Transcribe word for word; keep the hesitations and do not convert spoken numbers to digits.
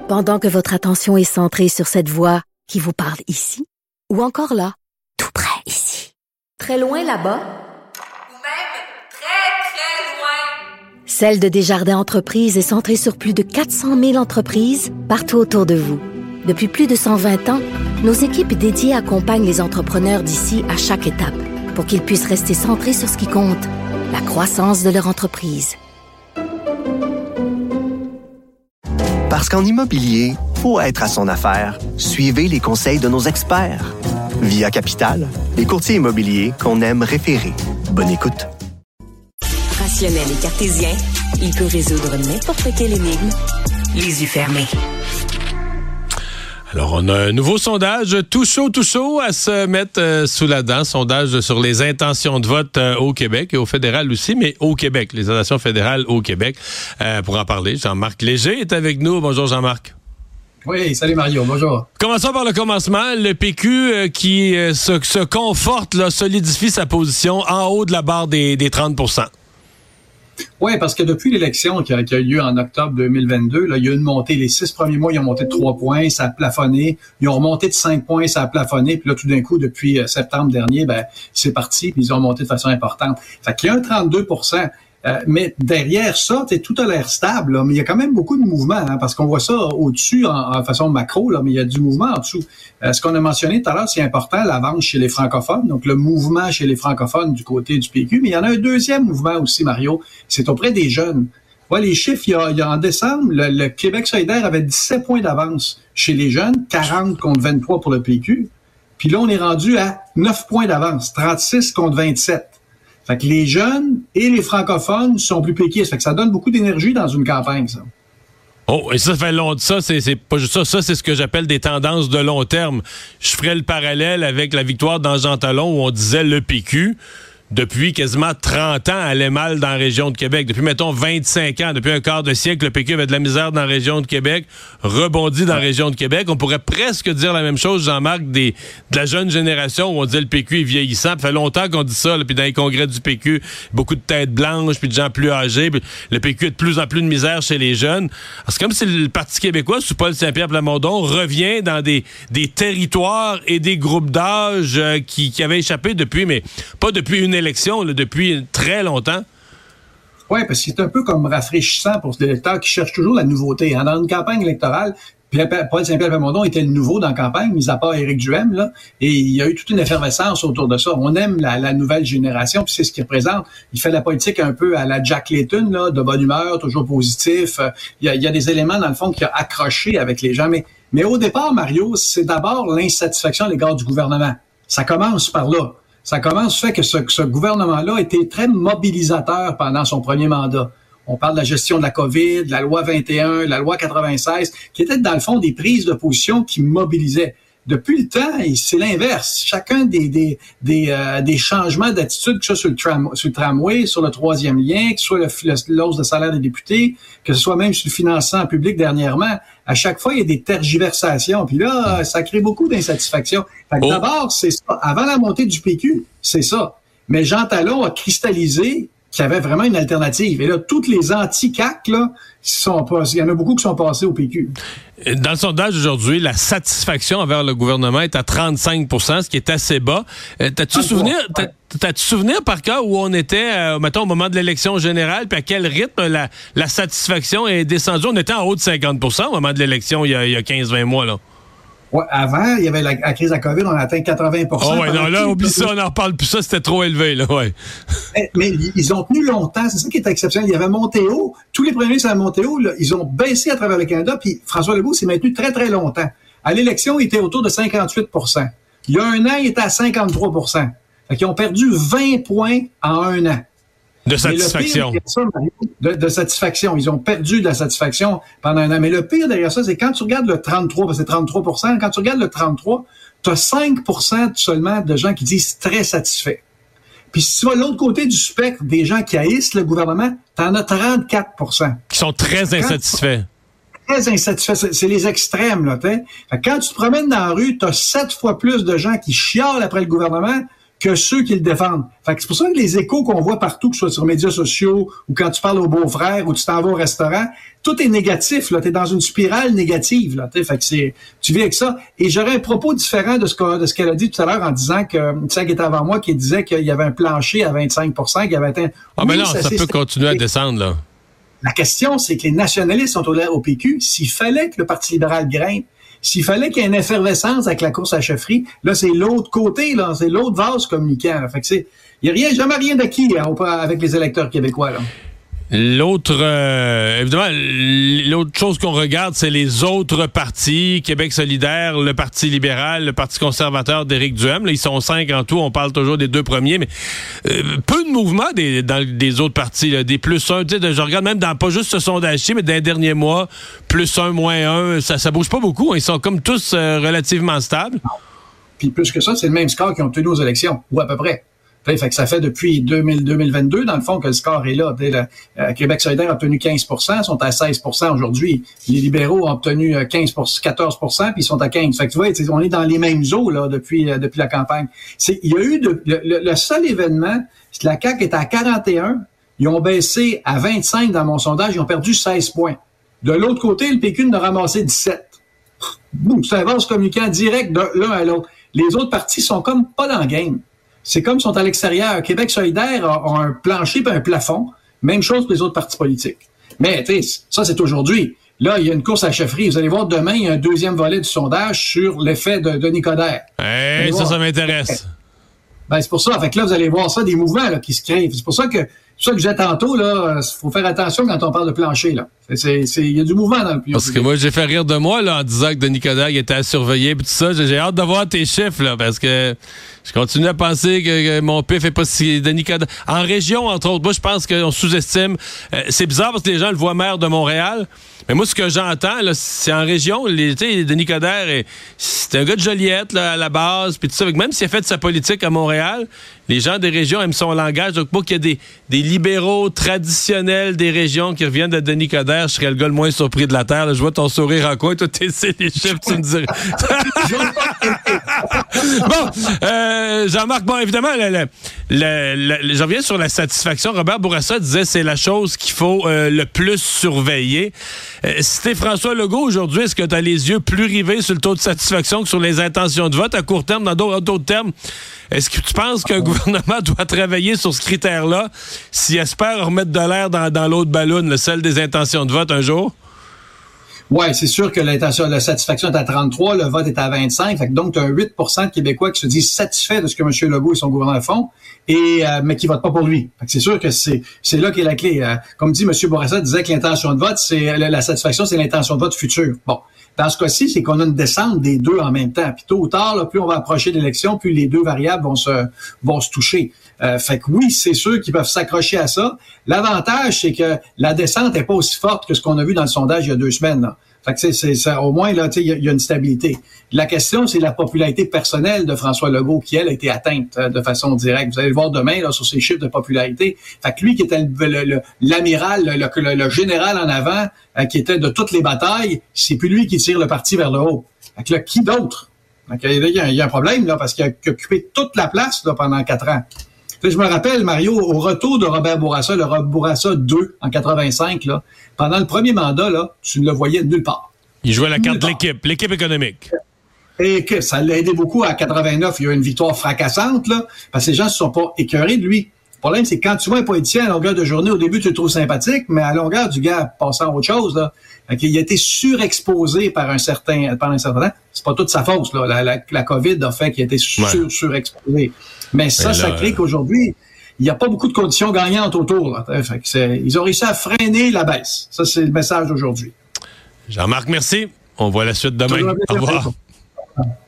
Pendant que votre attention est centrée sur cette voix qui vous parle ici, ou encore là, tout près ici, très loin là-bas, ou même très, très loin. Celle de Desjardins Entreprises est centrée sur plus de quatre cent mille entreprises partout autour de vous. Depuis plus de cent vingt ans, nos équipes dédiées accompagnent les entrepreneurs d'ici à chaque étape pour qu'ils puissent rester centrés sur ce qui compte, la croissance de leur entreprise. Parce qu'en immobilier, pour être à son affaire, suivez les conseils de nos experts. Via Capital, les courtiers immobiliers qu'on aime référer. Bonne écoute. Rationnel et cartésien, il peut résoudre n'importe quelle énigme, les yeux fermés. Alors, on a un nouveau sondage tout chaud, tout chaud à se mettre euh, sous la dent. Sondage sur les intentions de vote euh, au Québec et au fédéral aussi, mais au Québec, les élections fédérales au Québec. Euh, pour en parler, Jean-Marc Léger est avec nous. Bonjour Jean-Marc. Oui, salut Mario, bonjour. Commençons par le commencement. Le P Q euh, qui euh, se, se conforte, là, solidifie sa position en haut de la barre des, des trente pour cent. Oui, parce que depuis l'élection qui a, qui a eu lieu en octobre deux mille vingt-deux, là, il y a eu une montée. Les six premiers mois, ils ont monté de trois points, ça a plafonné. Ils ont remonté de cinq points, ça a plafonné. Puis là, tout d'un coup, depuis euh, septembre dernier, ben c'est parti, puis ils ont monté de façon importante. Fait qu'il y a un trente-deux pour cent. Euh, mais derrière ça, tout a l'air stable, là, mais il y a quand même beaucoup de mouvements, hein, parce qu'on voit ça au-dessus en, en façon macro, là, mais il y a du mouvement en dessous. Euh, ce qu'on a mentionné tout à l'heure, c'est important, l'avance chez les francophones, donc le mouvement chez les francophones du côté du P Q, mais il y en a un deuxième mouvement aussi, Mario, c'est auprès des jeunes. Ouais, les chiffres, il y a, il y a en décembre, le, le Québec solidaire avait dix-sept points d'avance chez les jeunes, quarante contre vingt-trois pour le P Q, puis là, on est rendu à neuf points d'avance, trente-six contre vingt-sept. Fait que les jeunes et les francophones sont plus péquistes. Fait que ça donne beaucoup d'énergie dans une campagne, ça. Oh, et ça fait long. Ça, c'est, c'est pas juste ça. Ça, c'est ce que j'appelle des tendances de long terme. Je ferais le parallèle avec la victoire dans Jean Talon où on disait le P Q. Depuis quasiment trente ans, allait mal dans la région de Québec. Depuis, mettons, vingt-cinq ans, depuis un quart de siècle, le P Q avait de la misère dans la région de Québec, rebondit dans la région de Québec. On pourrait presque dire la même chose, Jean-Marc, des, de la jeune génération où on disait le P Q est vieillissant. Ça fait longtemps qu'on dit ça, là, puis dans les congrès du P Q, beaucoup de têtes blanches, puis de gens plus âgés. Puis le P Q a de plus en plus de misère chez les jeunes. Alors, c'est comme si le Parti québécois, sous Paul Saint-Pierre Plamondon, revient dans des, des territoires et des groupes d'âge euh, qui, qui avaient échappé depuis, mais pas depuis une élection, là, depuis très longtemps. Oui, parce que c'est un peu comme rafraîchissant pour les électeurs qui cherchent toujours la nouveauté. Hein. Dans une campagne électorale, Paul Saint-Pierre Plamondon était le nouveau dans la campagne, mis à part Éric Duhaime, là, et il y a eu toute une effervescence autour de ça. On aime la, la nouvelle génération, puis c'est ce qu'il représente. Il fait la politique un peu à la Jack Layton, là, de bonne humeur, toujours positif. Il y a, il y a des éléments, dans le fond, qui a accroché avec les gens. Mais, mais au départ, Mario, c'est d'abord l'insatisfaction à l'égard du gouvernement. Ça commence par là. Ça commence du fait que ce, ce gouvernement-là a été très mobilisateur pendant son premier mandat. On parle de la gestion de la COVID, de la loi vingt et un, de la loi quatre-vingt-seize, qui étaient dans le fond des prises de position qui mobilisaient. Depuis le temps, c'est l'inverse. Chacun des des des, euh, des changements d'attitude, que ce soit sur le, tram, sur le tramway, sur le troisième lien, que ce soit le, le, l'hausse de salaire des députés, que ce soit même sur le financement public dernièrement, à chaque fois, il y a des tergiversations. Puis là, ça crée beaucoup d'insatisfaction. Fait que oh. D'abord, c'est ça. Avant la montée du P Q, c'est ça. Mais Jean Talon a cristallisé qu'il y avait vraiment une alternative. Et là, toutes les anti-C A Q, là, sont pas, il y en a beaucoup qui sont passés au P Q. Dans le sondage aujourd'hui, la satisfaction envers le gouvernement est à trente-cinq pour cent, ce qui est assez bas. Euh, t'as-tu souvenir, t'as, t'as-tu souvenir par cœur où on était, euh, mettons, au moment de l'élection générale, puis à quel rythme la, la satisfaction est descendue? On était en haut de cinquante pour cent au moment de l'élection il y a, il y a quinze vingt mois, là. Ouais, avant, il y avait la, la crise de la COVID, on a atteint quatre-vingts pour cent. Oh ouais, non, là, oublie ça, on n'en reparle plus, ça, c'était trop élevé, là, ouais. Mais, mais ils ont tenu longtemps, c'est ça qui est exceptionnel. Il y avait monté haut, tous les premiers ministres avaient monté haut, là, ils ont baissé à travers le Canada, puis François Legault s'est maintenu très, très longtemps. À l'élection, il était autour de cinquante-huit pour cent. Il y a un an, il était à cinquante-trois pour cent. Fait qu'ils ont perdu vingt points en un an. De satisfaction. Pire, ça, de, de satisfaction. Ils ont perdu de la satisfaction pendant un an. Mais le pire derrière ça, c'est quand tu regardes le trente-trois, parce que c'est trente-trois pour cent, quand tu regardes le trente-trois, tu as cinq pour cent seulement de gens qui disent très satisfaits. Puis si tu vas de l'autre côté du spectre des gens qui haïssent le gouvernement, tu en as trente-quatre pour cent. Qui sont très insatisfaits. Très insatisfaits. C'est, c'est les extrêmes, là. T'sais. Quand tu te promènes dans la rue, tu as sept fois plus de gens qui chialent après le gouvernement que ceux qui le défendent. Fait que c'est pour ça que les échos qu'on voit partout, que ce soit sur les médias sociaux ou quand tu parles aux beaux-frères ou tu t'en vas au restaurant, tout est négatif, là. T'es dans une spirale négative, là. T'sais, fait que c'est, tu vis avec ça. Et j'aurais un propos différent de ce que, de ce qu'elle a dit tout à l'heure en disant que, celle qui était avant moi, qui disait qu'il y avait un plancher à vingt-cinq pour cent, qu'il y avait atteint. Ah, mais oui, non, ça, ça peut continuer à descendre, là. La question, c'est que les nationalistes sont au, au P Q. S'il fallait que le Parti libéral grimpe, s'il fallait qu'il y ait une effervescence avec la course à la chefferie, là, c'est l'autre côté, là, c'est l'autre vase communicant. Là. Fait que c'est, il y a rien, jamais rien d'acquis hein, avec les électeurs québécois, là. L'autre, euh, évidemment, l'autre chose qu'on regarde, c'est les autres partis, Québec solidaire, le Parti libéral, le Parti conservateur d'Éric Duhem. Là, ils sont cinq en tout, on parle toujours des deux premiers, mais euh, peu de mouvement des, dans des autres partis, là, des plus un. Tu sais, je regarde même dans pas juste ce sondage-ci, mais dans les derniers mois, plus un, moins un, ça, ça bouge pas beaucoup. Hein, ils sont comme tous euh, relativement stables. Puis plus que ça, c'est le même score qu'ils ont obtenu aux élections, ou à peu près. Fait que ça fait depuis deux mille, deux mille vingt-deux, dans le fond, que le score est là. Le, euh, Québec solidaire a obtenu quinze pour cent, ils sont à seize pour cent aujourd'hui. Les libéraux ont obtenu quinze pour cent, quatorze pour cent, puis ils sont à quinze. Fait que tu vois, on est dans les mêmes eaux là depuis euh, depuis la campagne. C'est, il y a eu de, le, le seul événement, c'est que la C A Q est à quarante et un, ils ont baissé à vingt-cinq dans mon sondage, ils ont perdu seize points. De l'autre côté, le P Q en a ramassé dix-sept. Boum, c'est un vase communicant direct de l'un à l'autre. Les autres partis sont comme pas dans le game. C'est comme ils sont à l'extérieur. Québec solidaire a, a un plancher et un plafond. Même chose pour les autres partis politiques. Mais, tu sais, ça, c'est aujourd'hui. Là, il y a une course à la chefferie. Vous allez voir demain, il y a un deuxième volet du sondage sur l'effet de Denis Coderre. Hey, ça, voir. ça m'intéresse. Ben, c'est pour ça. Fait que là, vous allez voir ça, des mouvements là, qui se créent. C'est pour ça que, c'est ça que je disais tantôt, là, faut faire attention quand on parle de plancher, là. C'est, c'est, il y a du mouvement dans le pays. Parce que moi, j'ai fait rire de moi, là, en disant que Denis Coderre était à surveiller et tout ça. J'ai hâte de voir tes chiffres, là, parce que je continue à penser que, que mon P F est pas si Denis Coderre. En région, entre autres, moi, je pense qu'on sous-estime. Euh, c'est bizarre parce que les gens le voient maire de Montréal. Mais moi, ce que j'entends, là, c'est en région. Tu sais, Denis Coderre, est, c'est un gars de Joliette, là, à la base, puis tout ça. Même s'il a fait sa politique à Montréal, les gens des régions aiment son langage. Donc, moi, qu'il y a des, des libéraux traditionnels des régions qui reviennent de Denis Coderre, je serais le gars le moins surpris de la Terre. Là. Je vois ton sourire en coin. Toi, t'es les chiffres, tu me dirais. Bon, euh, Jean-Marc, bon, évidemment, le, le, le, le, je reviens sur la satisfaction. Robert Bourassa disait que c'est la chose qu'il faut euh, le plus surveiller. Euh, si t'es François Legault aujourd'hui, est-ce que tu as les yeux plus rivés sur le taux de satisfaction que sur les intentions de vote à court terme, dans d'autres, d'autres termes? Est-ce que tu penses qu'un gouvernement doit travailler sur ce critère-là s'il espère remettre de l'air dans, dans l'autre ballon, celle des intentions de vote un jour? Oui, c'est sûr que l'intention, la satisfaction est à trente-trois, le vote est à vingt-cinq. Fait que donc, tu as huit pour cent de Québécois qui se disent satisfaits de ce que M. Legault et son gouvernement font, et, euh, mais qui votent pas pour lui. Fait que c'est sûr que c'est, c'est là qu'est la clé. Euh, comme dit M. Bourassa, disait que l'intention de vote, c'est, la, la satisfaction, c'est l'intention de vote future. Bon. Dans ce cas-ci, c'est qu'on a une descente des deux en même temps. Puis tôt ou tard, là, plus on va approcher de l'élection, plus les deux variables vont se, vont se toucher. Euh, fait que oui, c'est sûr qu'ils peuvent s'accrocher à ça. L'avantage, c'est que la descente n'est pas aussi forte que ce qu'on a vu dans le sondage il y a deux semaines. Là. Fait que c'est, c'est, c'est au moins là, tu sais, il y, y a une stabilité. La question, c'est la popularité personnelle de François Legault qui elle a été atteinte euh, de façon directe. Vous allez le voir demain là sur ses chiffres de popularité. Fait que lui qui était le, le, le, l'amiral, le, le, le général en avant, euh, qui était de toutes les batailles, c'est plus lui qui tire le parti vers le haut. Fait que là, qui d'autre? Fait que, il y a, il y a un problème là parce qu'il a occupé toute la place là pendant quatre ans. Je me rappelle, Mario, au retour de Robert Bourassa, le Robert Bourassa deux en quatre-vingt-cinq, là, pendant le premier mandat, là, tu ne le voyais nulle part. Il jouait la carte de l'équipe, l'équipe économique. Et que ça l'a aidé beaucoup à quatre-vingt-neuf. Il y a eu une victoire fracassante, là, parce que les gens ne se sont pas écœurés de lui. Le problème, c'est que quand tu vois un politicien à longueur de journée, au début, tu le trouves sympathique, mais à longueur du gars passant à autre chose, là, il a été surexposé par un certain, par un certain temps. C'est pas toute sa faute, là. La, la, la COVID a fait qu'il a été sur, ouais. surexposé. Mais ça, là, ça crée qu'aujourd'hui, il n'y a pas beaucoup de conditions gagnantes autour. Là. Fait que c'est, ils ont réussi à freiner la baisse. Ça, c'est le message d'aujourd'hui. Jean-Marc, merci. On voit la suite demain. Au revoir.